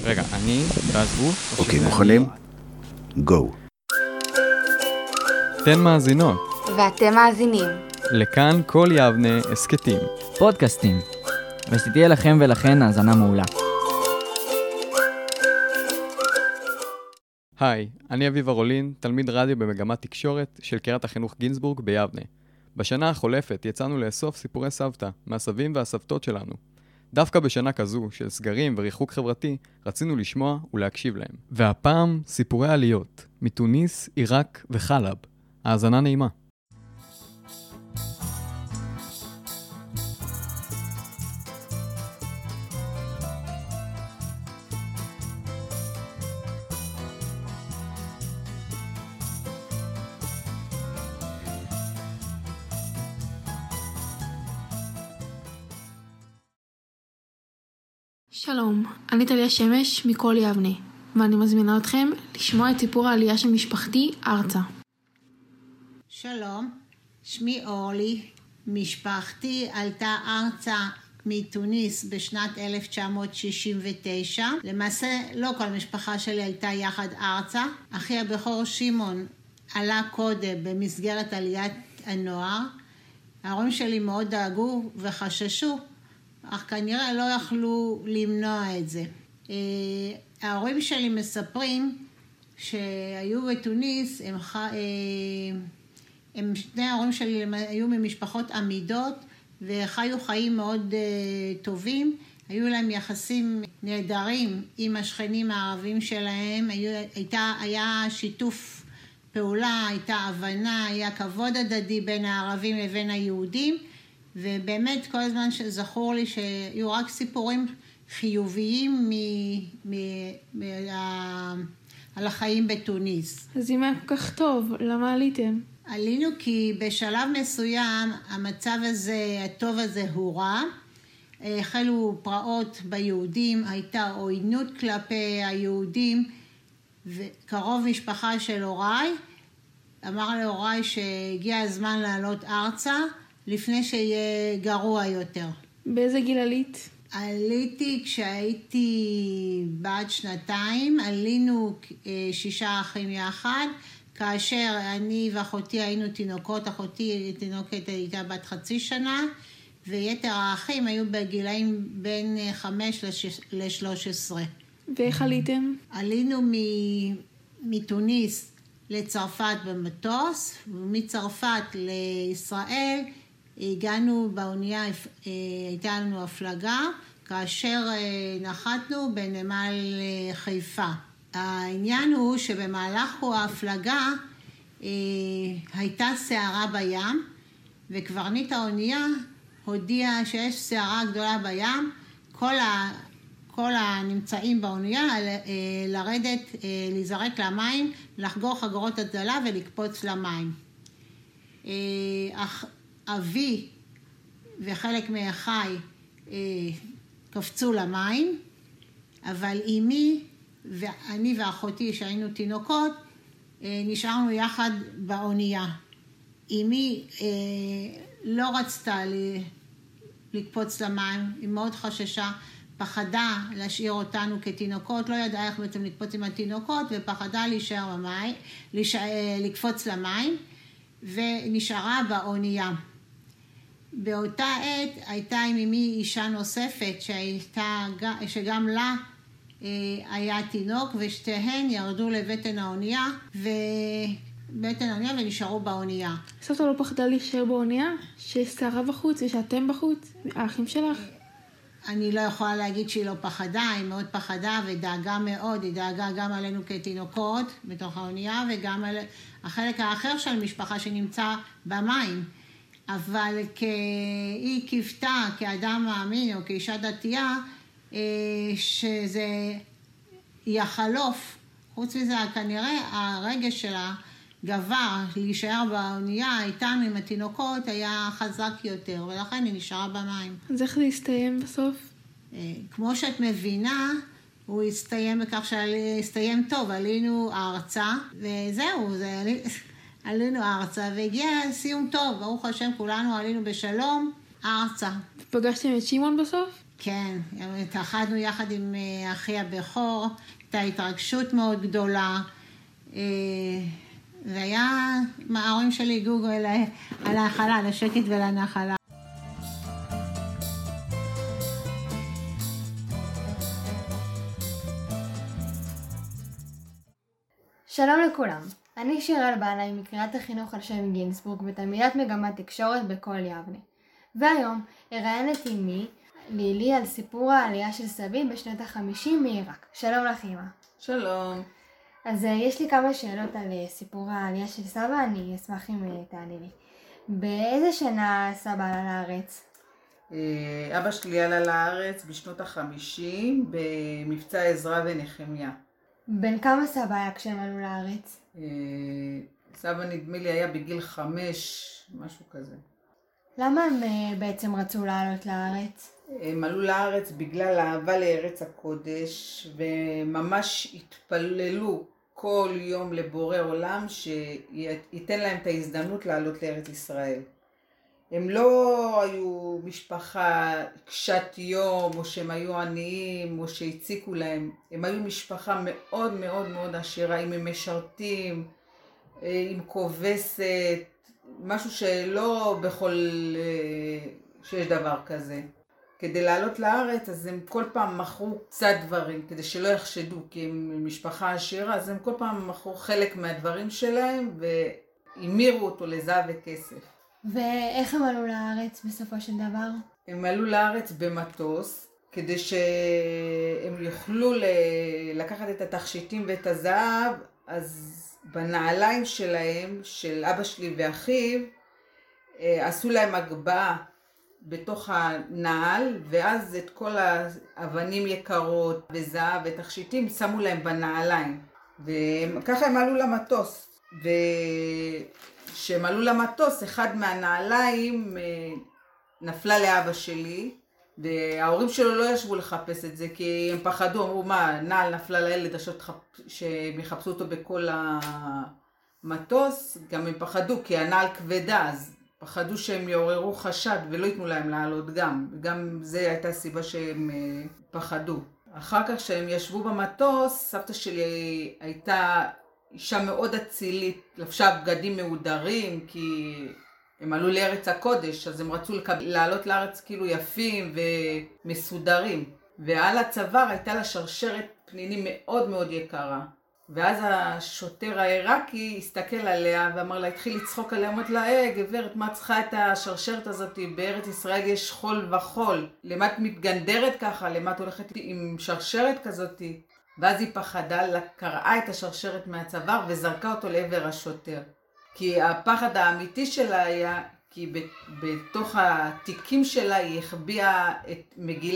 רגע, אני, ואז הוא. אוקיי, מוכנים? גו. אתן מאזינות. ואתם מאזינים. לכאן כל יבנה הסקטים. פודקאסטים. ושתהיה לכם ולכן האזנה מעולה. היי, אני אביב הרולין, תלמיד רדיו במגמת תקשורת של קריית החינוך גינסבורג ביבנה. בשנה החולפת יצאנו לאסוף סיפורי סבתא מהסבים והסבתות שלנו. דווקא בשנה כזו של סגרים וריחוק חברתי, רצינו לשמוע ולהקשיב להם. והפעם סיפורי עליות, מתוניס, עיראק וחלב. האזנה נעימה. שלום, אני טליה שמש מכל יבנה, ואני מזמינה אתכם לשמוע את סיפור העלייה של משפחתי ארצה. שלום, שמי אורלי, משפחתי עלתה ארצה מתוניס בשנת 1969. למעשה לא כל המשפחה שלי עלתה יחד ארצה. אחי הבכור שמעון עלה קודם במסגרת עליית הנוער. ההורים שלי מאוד דאגו וחששו, אך כנראה לא יכלו למנוע את זה. ההורים שלי מספרים שהיו בתוניס, שני ההורים שלי היו ממשפחות עמידות וחיו חיים מאוד טובים. היו להם יחסים נהדרים עם השכנים הערבים שלהם, היה שיתוף פעולה, הייתה הבנה, היה כבוד הדדי בין הערבים לבין היהודים, ובאמת כל הזמן שזכור לי שהיו רק סיפורים חיוביים על החיים בתוניס. אז אם היה כל כך טוב, למה עליתם? עלינו כי בשלב מסוים המצב הזה, הטוב הזה הורע. החלו פרעות ביהודים, הייתה עוינות כלפי היהודים, וקרוב משפחה של הוריי אמר להוריי שהגיע הזמן לעלות ארצה לפני שיהיה גרוע יותר. באיזה גיל עלית? עליתי כשהייתי בת 2, עלינו 6 אחים יחד, כאשר אני ואחותי היינו תינוקות, אחותי תינוקת הייתה בת 0.5 שנה, ויתר האחים היו בגילאים בין 5 ל-13. ואיך עליתם? עלינו מתוניס לצרפת במטוס, ומצרפת לישראל הגענו באונייה, הייתה לנו הפלגה, כאשר נחתנו בנמל חיפה. העניין הוא שבמהלך ההפלגה הייתה סערה בים, וקברניט האונייה הודיע שיש סערה גדולה בים, כל הנמצאים באונייה לרדת, להיזרק למים, לחגור חגורות הצלה ולקפוץ למים. אבי וחלק מאחיי קפצו למים, אבל אמי ואני ואחותי שהיינו תינוקות נשארנו יחד באונייה. אמי לא רצתה לקפוץ למים, היא מאוד חששה, פחדה להשאיר אותנו כתינוקות, לא ידעה איך בעצם לקפוץ עם התינוקות, ופחדה להישאר במים, לקפוץ למים, ונשארה באונייה. באותה עת הייתה עם אמי אישה נוספת שגם לה היה תינוק, ושתיהן ירדו לבטן האונייה ונשארו באונייה. סבתא לא פחדה להישאר באונייה? שיש סערה בחוץ ושאתם בחוץ? האחים שלך? אני לא יכולה להגיד שהיא לא פחדה, היא מאוד פחדה ודאגה מאוד, היא דאגה גם עלינו כתינוקות בתוך האונייה, וגם על החלק האחר של המשפחה שנמצא במים. אבל היא קיוותה כאדם מאמין או כאישה דתייה שזה יחלוף. חוץ מזה כנראה הרגש שלה גבר להישאר באונייה איתנו עם התינוקות היה חזק יותר, ולכן היא נשארה במים. אז איך זה הסתיים בסוף? כמו שאת מבינה, הוא הסתיים בכך שהסתיים טוב, עלינו ארצה, וזהו, עלינו ארצה, והגיע סיום טוב, ברוך השם, כולנו עלינו בשלום ארצה. פגשתם את שמעון בסוף? כן, התאחדנו יחד עם אחי הבכור, הייתה התרגשות מאוד גדולה, והיה, ההורים שלי הגיעו על ההחלה, לשקט ולנחלה. שלום לכולם, אני שיראל בנאי מקריית החינוך על שם גינסבורג ותלמידת מגמת תקשורת בכל יבנה. והיום אראיין את אמי לילי על סיפור העלייה של סבי בשנות ה-50 מעיראק. שלום לך אמא. שלום. אז יש לי כמה שאלות על סיפור העלייה של סבא, אני אשמח אם תעני לי. באיזה שנה סבא עלה לארץ? אבא שלי עלה לארץ בשנות ה-50 במבצע עזרא ונחמיה. בן כמה סבא היה כשהם עלו לארץ? סבא נדמה לי היה בגיל 5, משהו כזה. למה הם בעצם רצו לעלות לארץ? הם עלו לארץ בגלל אהבה לארץ הקודש, וממש התפללו כל יום לבורא עולם שייתן להם את ההזדמנות לעלות לארץ ישראל. הם לא היו משפחה קשת יום, או שהם היו עניים, או שהציקו להם. הם היו משפחה מאוד מאוד מאוד עשירה, עם משרתים, עם כובסת, משהו שלא בכל שיש דבר כזה. כדי לעלות לארץ, אז הם כל פעם מכרו קצת דברים, כדי שלא יחשדו, כי הם משפחה עשירה, אז הם כל פעם מכרו חלק מהדברים שלהם, והמירו אותו לזהב וכסף. ואיך הם עלו לארץ בסופו של דבר? הם עלו לארץ במטוס, כדי שהם יוכלו לקחת את התכשיטים ואת הזהב, אז בנעליים שלהם, של אבא שלי ואחיו, עשו להם הגבהה בתוך הנעל, ואז את כל האבנים יקרות וזהב ותכשיטים שמו להם בנעליים. וככה הם עלו למטוס. כשהם עלו למטוס, אחד מהנעליים נפלה לאבא שלי, וההורים שלו לא ישבו לחפש את זה, כי הם פחדו, אמרו, מה, נעל נפלה לילד, שהם יחפשו אותו בכל המטוס, גם הם פחדו, כי הנעל כבדה, אז פחדו שהם יעוררו חשד ולא ייתנו להם לעלות גם, וגם זה הייתה סיבה שהם פחדו. אחר כך שהם ישבו במטוס, סבתא שלי הייתה אישה מאוד אצילית, לבשה בגדים מהודרים, כי הם עלו לארץ הקודש, אז הם רצו לעלות לארץ כאילו יפים ומסודרים. ועל הצוואר הייתה לה שרשרת פנינים מאוד מאוד יקרה. ואז השוטר העיראקי הסתכל עליה ואמר לה, התחיל לצחוק עליה, אמרת לה, גברת, מה צריכה את השרשרת הזאת? בארץ ישראל יש חול וחול. למה את מתגנדרת ככה? למה את הולכת עם שרשרת כזאת? ואז היא פחדה, קרעה את השרשרת מהצוואר וזרקה אותו לעבר השוטר. כי הפחד האמיתי שלה היה, כי בתוך התיקים שלה היא החביאה את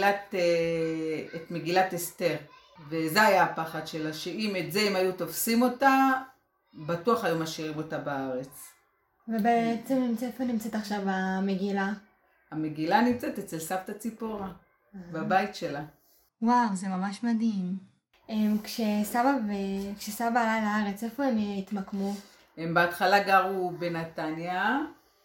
מגילת אסתר. וזה היה הפחד שלה, שאם את זה הם היו תופסים אותה, בטוח היו משאירים אותה בארץ. ובעצם איפה נמצאת עכשיו המגילה? המגילה נמצאת אצל סבתא ציפורה, בבית שלה. וואו, זה ממש מדהים. כשסבא עלה לארץ, איפה הם התמקמו? הם בהתחלה גרו בנתניה,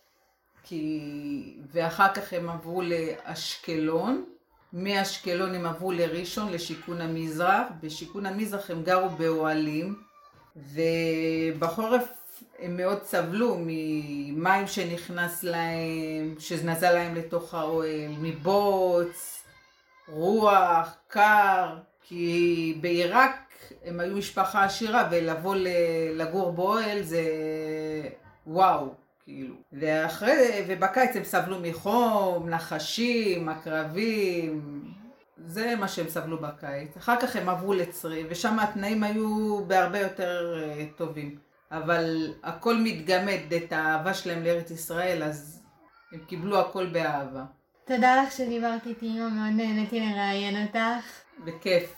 ואחר כך הם עברו לאשקלון. מאשקלון הם עברו לראשון, לשיכון המזרח. בשיכון המזרח הם גרו באוהלים, ובחורף הם מאוד סבלו ממים שנכנס להם, שנזל להם לתוך האוהל, מבוץ, רוח, קר, כי בעיראק הם היו משפחה עשירה, ולבוא לגור באוהל זה וואו, כאילו. ובקיץ הם סבלו מחום, נחשים, עקרבים, זה מה שהם סבלו בקיץ. אחר כך הם עברו לצרי, ושם התנאים היו בהרבה יותר טובים. אבל הכל מתגמד את האהבה שלהם לארץ ישראל, אז הם קיבלו הכל באהבה. תודה לך שדיברת איתי, אמא, מאוד נהניתי לראיין אותך. בכיף.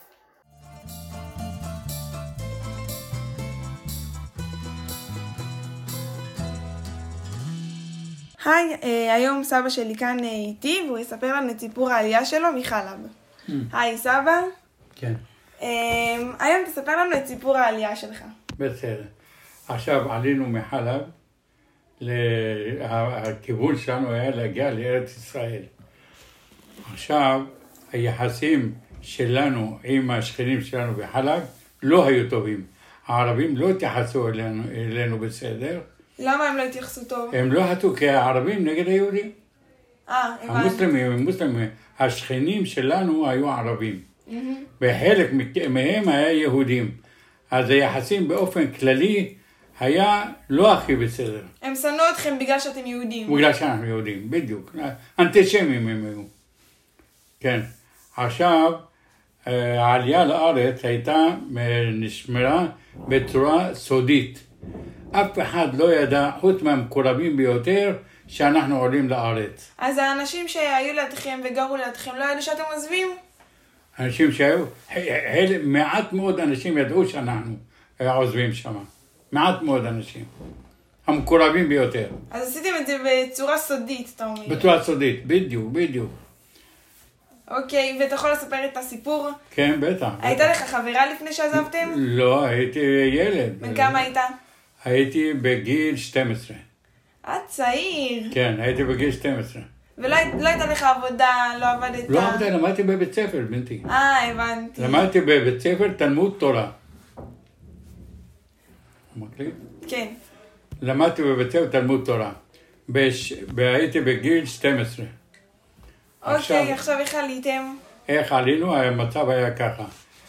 היי, היום סבא שלי כאן איתי, והוא יספר לנו את סיפור העלייה שלו מחלב. היי, סבא. כן. היום תספר לנו את סיפור העלייה שלך. בסדר. עכשיו עלינו מחלב, הכיוון שלנו היה להגיע לארץ ישראל. עכשיו, היחסים שלנו עם השכנים שלנו בחלב לא היו טובים. הערבים לא התייחסו אלינו בסדר. למה הם לא התייחסו טוב? הם לא התו כערבים נגד היהודים. הבנתי. המוסלמים, השכנים שלנו היו ערבים. וחלק מהם היה יהודים. אז היחסים באופן כללי היה לא הכי בסדר. הם שנאו אתכם בגלל שאתם יהודים. בגלל שאנחנו יהודים, בדיוק. אנטישמים הם היו. כן. עכשיו, העלייה לארץ הייתה נשמרה בצורה סודית. אף אחד לא ידע, חוץ מהמקורבים ביותר, שאנחנו עולים לארץ. אז האנשים שהיו לידכם וגרו לידכם לא ידעו שאתם עוזבים? אנשים שהיו, מעט מאוד אנשים ידעו שאנחנו עוזבים שם. מעט מאוד אנשים. המקורבים ביותר. אז עשיתם את זה בצורה סודית, אתה אומר. בצורה סודית, בדיוק, בדיוק. אוקיי, ואתה יכול לספר את הסיפור? כן, בטח. הייתה לך חברה לפני שעזבתם? לא, הייתי ילד. בן כמה היית? הייתי בגיל 12. צעיר. כן, הייתי בגיל 12. ולא הייתה לך עבודה, לא עבדת? לא עבודה, למדתי בבית ספר, בנתי. הבנתי. למדתי בבית ספר תלמוד תורה. מקליט? כן. למדתי בבית ספר תלמוד תורה. והייתי בגיל 12. אוקיי, עכשיו איך עליתם? איך עלינו? המצב היה ככה.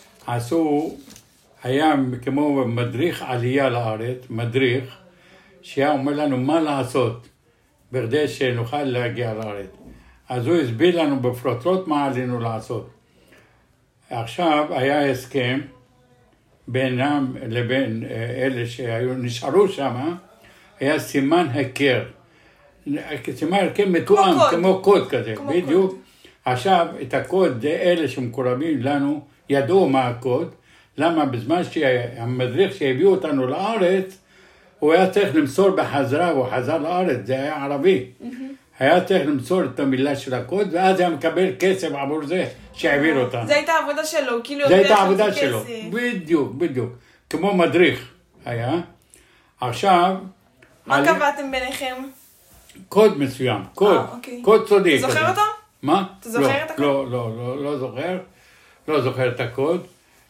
היה כמו מדריך עלייה לארץ, מדריך, שהיה אומר לנו מה לעשות, בכדי שנוכל להגיע לארץ. אז הוא הסביר לנו בפרוטרוט מה עלינו לעשות. עכשיו היה הסכם בינם לבין אלה שנשארו שם, היה סימן הכר. סימן הכר מתואם, כמו קוד כזה, בדיוק. עכשיו, את הקוד, אלה שמקורבים לנו, ידעו מה הקוד. למה? בזמן שהמדריך שהביאו אותנו לארץ, הוא היה צריך למסור בחזרה, הוא חזר לארץ, זה היה ערבי. היה צריך למסור את המילה של הקוד, ואז היה מקבל כסף עבור זה שהעביר אותנו. זה הייתה העבודה שלו, כאילו... זה הייתה העבודה שלו, בדיוק, בדיוק. כמו מדריך היה. עכשיו... מה קבעתם ביניכם? קוד מסוים, קוד סודי. אתה זוכר אותו? מה? אתה זוכר את הקוד? לא זוכר. לא זוכר את הקוד.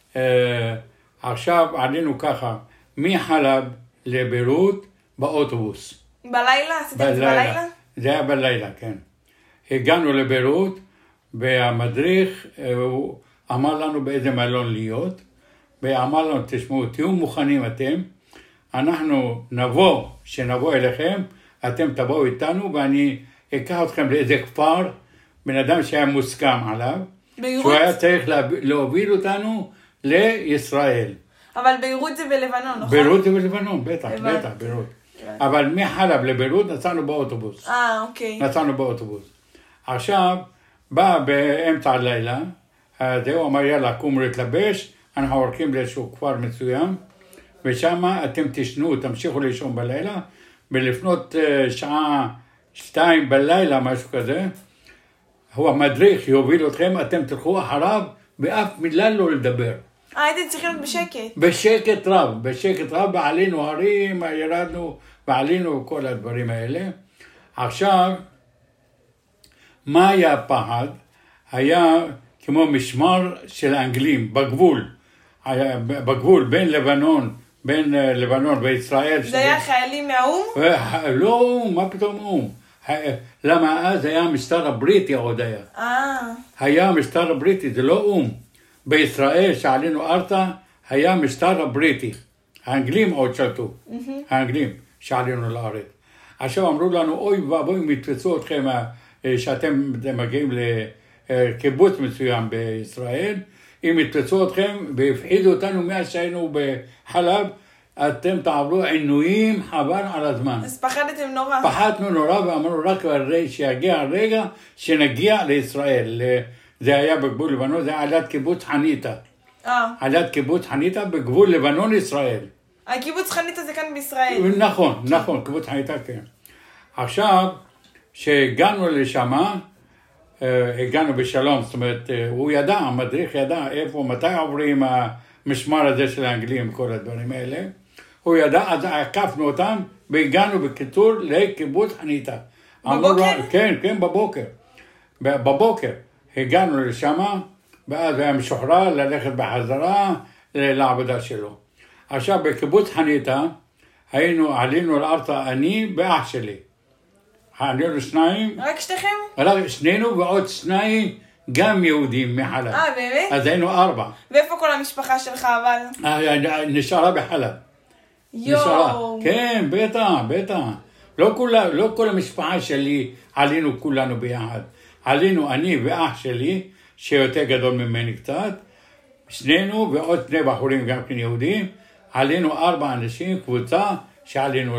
עכשיו עלינו ככה, מחלב לביירות באוטובוס. בלילה? עשיתם את זה בלילה? זה היה בלילה, כן. הגענו לביירות, והמדריך אמר לנו באיזה מלון להיות, ואמר לנו, תשמעו, תהיו מוכנים אתם, אנחנו שנבוא אליכם, אתם תבואו איתנו, ואני אקח אתכם לאיזה כפר, בן אדם שהיה מוסכם עליו, שהוא היה צריך להוביל אותנו לישראל. אבל ביירות זה בלבנון, נכון? ביירות זה בלבנון, בטח, ביירות. אבל מחלב לביירות נסענו באוטובוס. אוקיי. נסענו באוטובוס. עכשיו, בא באמצע הלילה, הוא אמר, יאללה, קום להתלבש, אנחנו הולכים לאיזשהו כפר מסוים, ושם אתם תשנו, תמשיכו לישון בלילה, ולפנות שעה 2 בלילה, משהו כזה, הוא המדריך יוביל אתכם, אתם תלכו אחריו, ואף מילה לא לדבר. הייתם צריכים להיות בשקט. בשקט רב, ועלינו הרים, ירדנו, ועלינו כל הדברים האלה. עכשיו, מה היה הפחד? היה כמו משמר של האנגלים, בגבול בין לבנון וישראל. זה היה חיילים מהאום? לא, מה פתאום אום? למה אז היה המשטר הבריטי עוד היה. היה המשטר הבריטי, זה לא אום. בישראל שעלינו ארצה היה משטר הבריטי. האנגלים עוד שלטו. האנגלים שעלינו לארץ. עכשיו אמרו לנו, אוי ואבוי, אם יתפסו אתכם שאתם מגיעים לקיבוץ מסוים בישראל, אם יתפסו אתכם והפחידו אותנו מאז שהיינו בחלב, אתם תעברו עינויים חבל על הזמן. אז פחדתם נורא. פחדנו נורא ואמרנו רק שיגיע הרגע שנגיע לישראל. זה היה בגבול לבנון, זה היה עליית קיבוץ חניתה. עליית קיבוץ חניתה בגבול לבנון-ישראל. הקיבוץ חניתה זה כאן בישראל. נכון, קיבוץ חניתה כן. עכשיו, שהגענו לשם, הגענו בשלום, זאת אומרת, הוא ידע, המדריך ידע איפה, מתי עוברים המשמר הזה של האנגלים, כל הדברים האלה. הוא ידע, אז עקפנו אותם, והגענו בקיצור לקיבוץ חניתה. בבוקר? כן, בבוקר. הגענו לשם, ואז היה משוחרר ללכת בחזרה לעבודה שלו. עכשיו בקיבוץ חניתה, עלינו לארצה אני ואח שלי. עלינו שניים. רק שתיכם? רק שנינו ועוד שניים גם יהודים מחלב. באמת? אז היינו 4. ואיפה כל המשפחה שלך אבל? נשארה בחלב. יואו. כן, בטח. לא כל המשפחה שלי עלינו כולנו ביחד. עלינו אני ואח שלי, שיותר גדול ממני קצת, שנינו ועוד 2 בחורים גם כן יהודים, עלינו 4 אנשים, קבוצה, שעלינו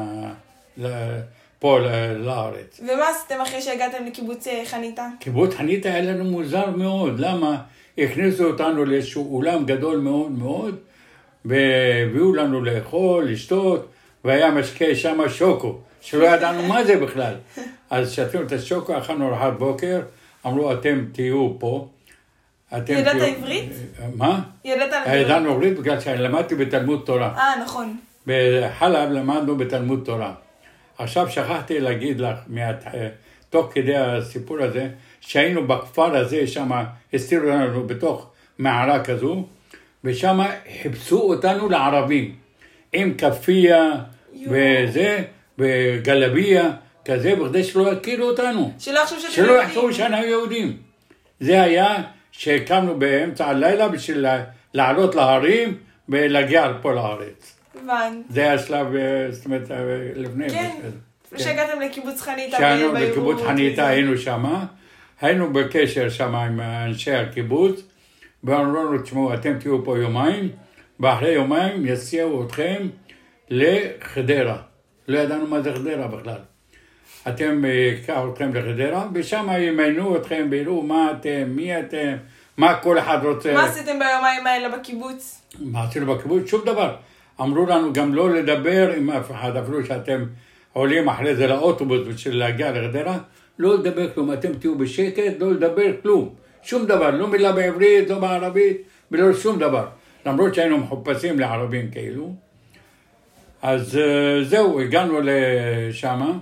פה לארץ. ומה עשיתם אחרי שהגעתם לקיבוץ חניתה? קיבוץ חניתה היה לנו מוזר מאוד, למה? הכניסו אותנו לאיזשהו אולם גדול מאוד מאוד, והביאו לנו לאכול, לשתות, והיה משקה שם שוקו, שלא ידענו מה זה בכלל. אז שתינו את השוקו, אכלנו ארוחת בוקר, אמרו אתם תהיו פה. ידעת עברית? מה? ידענו עברית בגלל שלמדתי בתלמוד תורה. נכון. בחלב למדנו בתלמוד תורה. עכשיו שכחתי להגיד לך, תוך כדי הסיפור הזה, שהיינו בכפר הזה, שם הסתירו לנו בתוך מערה כזו, ושם חיפשו אותנו לערבים, עם כפיה וזה, וגלביה, כזה, בכדי שלא יכירו אותנו. שלא יחשבו שאנחנו יהודים. זה היה שהקמנו באמצע הלילה בשביל לעלות להרים ולהגיע פה לארץ. זה היה שלב, זאת אומרת, לפני. כן, שהגעתם לקיבוץ חניתה. שהיינו בקיבוץ חניתה, היינו שמה. היינו בקשר שם עם אנשי הקיבוץ, ואמרו לנו, תשמעו, אתם תהיו פה יומיים, ואחרי יומיים יסיעו אתכם לחדרה. לא ידענו מה זה חדרה בכלל. אתם יקחו אתכם לחדרה, ושם ימיינו אתכם, ויראו מה אתם, מי אתם, מה כל אחד רוצה. מה עשיתם ביומיים האלה בקיבוץ? מה עשינו בקיבוץ? שום דבר. אמרו לנו גם לא לדבר עם אף אחד, אפילו שאתם עולים אחרי זה לאוטובוס בשביל להגיע לחדרה, לא לדבר כלום, אתם תהיו בשקט, לא לדבר כלום, שום דבר, לא מילה בעברית, לא בערבית, ולא שום דבר. למרות שהיינו מחופשים לערבים כאילו. אז זהו, הגענו לשם,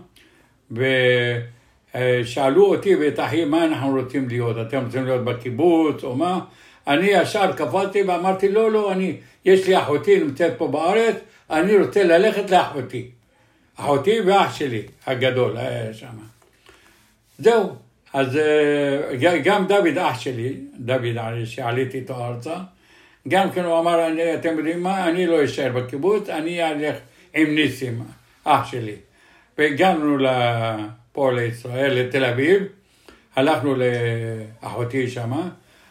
ושאלו אותי ואת אחי מה אנחנו רוצים להיות, אתם רוצים להיות בקיבוץ או מה? אני ישר קפלתי ואמרתי לא, יש לי אחותי נמצאת פה בארץ, אני רוצה ללכת לאחותי. אחותי ואח שלי הגדול היה שם. זהו, אז גם דוד אח שלי, דוד שעליתי איתו ארצה, גם כן הוא אמר, אתם יודעים מה, אני לא אשאר בקיבוץ, אני אלך עם ניסים, אח שלי. והגענו פה לישראל, לתל אביב, הלכנו לאחותי שמה,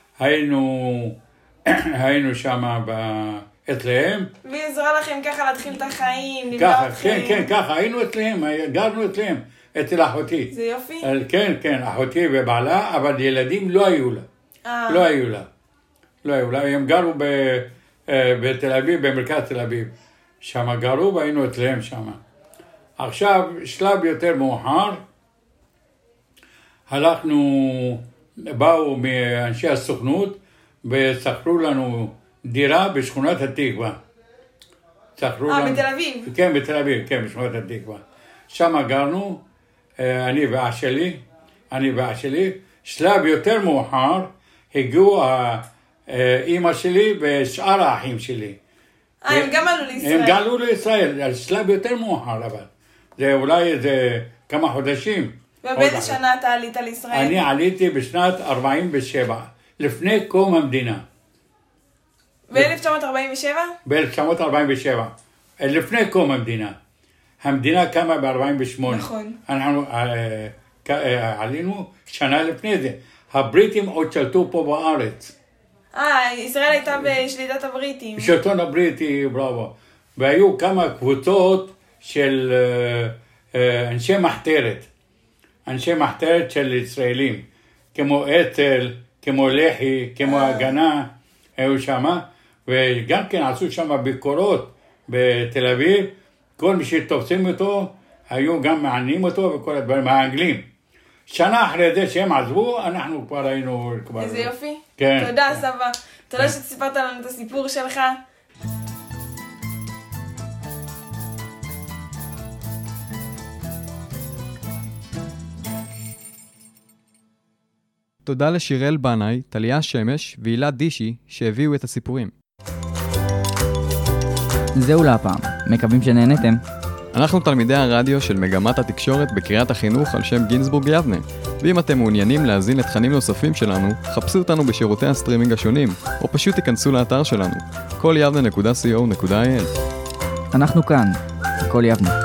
היינו שמה אצלהם. והיא עזרה לכם ככה להתחיל את החיים, ככה, כן, ככה, היינו אצלהם, גרנו אצלם, אצל אחותי. זה יופי? כן, אחותי ובעלה, אבל ילדים לא היו לה. לא היו לה, הם גרו בתל אביב, במרכז תל אביב. שם גרו והיינו אצלהם שם. עכשיו, שלב יותר מאוחר, באו מאנשי הסוכנות, ושכרו לנו דירה בשכונת התקווה. בתל אביב? כן, בתל אביב, כן, בשכונת התקווה. שם גרנו, אני ואח שלי. שלב יותר מאוחר, הגיעו אמא שלי ושאר האחים שלי. הם גם עלו לישראל? הם גם עלו לישראל, שלב יותר מאוחר אבל. זה אולי כמה חודשים. ובאיזה שנה אתה עלית לישראל? אני עליתי בשנת 47, לפני קום המדינה. ב-1947? ב-1947, לפני קום המדינה. המדינה קמה ב-48. נכון. אנחנו עלינו שנה לפני זה. הבריטים עוד שלטו פה בארץ. ישראל הייתה בשליטת הבריטים. בשלטון הבריטי, בראבו. והיו כמה קבוצות של אנשי מחתרת. אנשי מחתרת של ישראלים. כמו אצ"ל, כמו לח"י, כמו הגנה, היו שמה. וגם כן עשו שם ביקורות בתל אביב. כל מי שתופסים אותו, היו גם מעניינים אותו וכל הדברים, האנגלים. שנה אחרי זה שהם עזבו, אנחנו כבר היינו... איזה יופי. כן. תודה, סבא. תודה שסיפרת לנו את הסיפור שלך. תודה לשיראל בנאי, טליה שמש והילה דישי שהביאו את הסיפורים. זהו להפעם, מקווים שנהנתם. אנחנו תלמידי הרדיו של מגמת התקשורת בקריית החינוך על שם גינזבורג יבנה, ואם אתם מעוניינים להזין לתכנים נוספים שלנו, חפשו אותנו בשירותי הסטרימינג השונים, או פשוט תיכנסו לאתר שלנו, kolyavne.co.il. אנחנו כאן, כל יבנה.